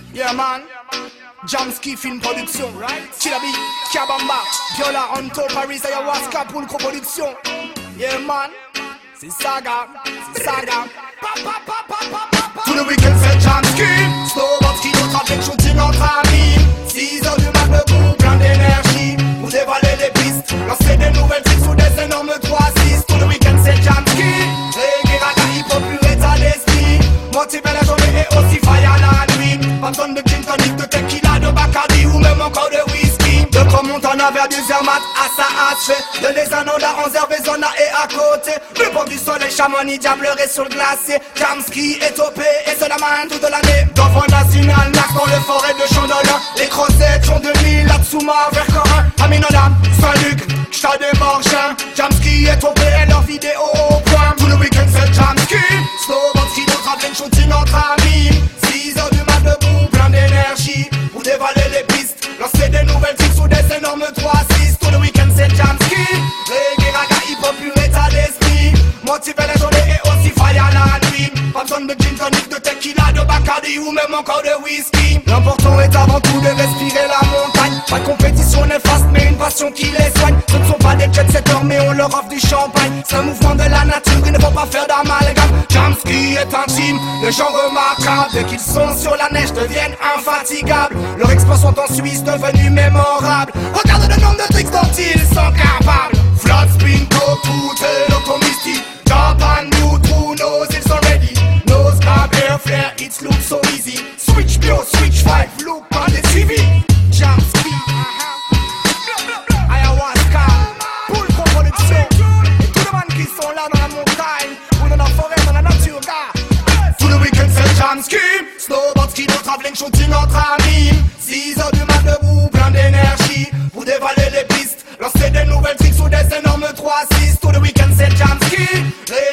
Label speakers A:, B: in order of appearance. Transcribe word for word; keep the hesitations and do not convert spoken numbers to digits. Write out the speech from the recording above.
A: Yeah man, Jamski Film Production, Chilabi, Kabamba, Viola, Anto, Paris, Ayahuasca pour le coproduction. Yeah man, c'est Saga, c'est Saga. Tout le week-end c'est Jamski, snowboard, ski, d'autres avec shooting entre amis. six heures du mat debout, plein d'énergie. Vous dévalez les pistes, lancez des nouvelles tricks sous des énormes trois six. Tout le week-end c'est Jamski, reggae, raga, hip-hop, pur état d'esprit. Motiver la journée et aussi fire la nuit. Pas besoin de gin tonic, de tequila, de bacardi ou même encore de whisky. De Cromontana vers du Zermatt à sa hache. De les Anola, Anzer, Bezona et à côté. Le pont du soleil, Chamonix, diablerie sur le glacier. Jamski est topé et c'est la main toute l'année. D'enfant national, Nax dans le forêt de Chandolin. Les crossettes sont de mille, Latsuma, Vercorin, Aminodam, Saint-Luc, Stade des Morgins. Jamski est topé et leur vidéo au point. Tout le week-end c'est Jamski. Snowboard, ski, d'autres travelling, shooting entre amis. six heures du mat debout, plein d'énergie. Vous dévalez les pistes, lancez des nouvelles tricks sous des énormes trois six. Tout le week-end c'est Jamski, reggae, raga, hip-hop, pur état d'esprit. Motiver la journée et aussi fire la nuit. Pas besoin de gin tonic, de tequila, de bacardi ou même encore de whisky. L'important est avant tout de respirer la montagne. Pas de compétition néfaste mais une passion qui les soigne. Ce ne sont pas des jet-setters mais on leur offre du champagne. C'est un mouvement de la nature, il ne faut pas faire d'amalgame. Jamski est intime, les gens remarquables. Dès qu'ils sont sur la neige deviennent infatigables. Leurs exploits sont en Suisse devenus mémorables. Regarde le nombre de tricks dont ils sont capables. Flat spin, go to the locomotive. Japan, new true knows it's already. Nose grab, air flare, it looks so easy. Switch bio, switch five, look on the T V. Jamski, Ayahuasca, pour le coproduction. Et tous les man qui sont là dans la montagne, ou dans la forêt, dans la nature, gars. Tout le week-end c'est Jamski. Snowboard, ski, d'autres travelling, shooting entre amis. six heures du mat debout, plein d'énergie. Vous dévalez les pistes, lancez des nouvelles tricks sous des énormes trois six. Tout le week-end c'est Jamski.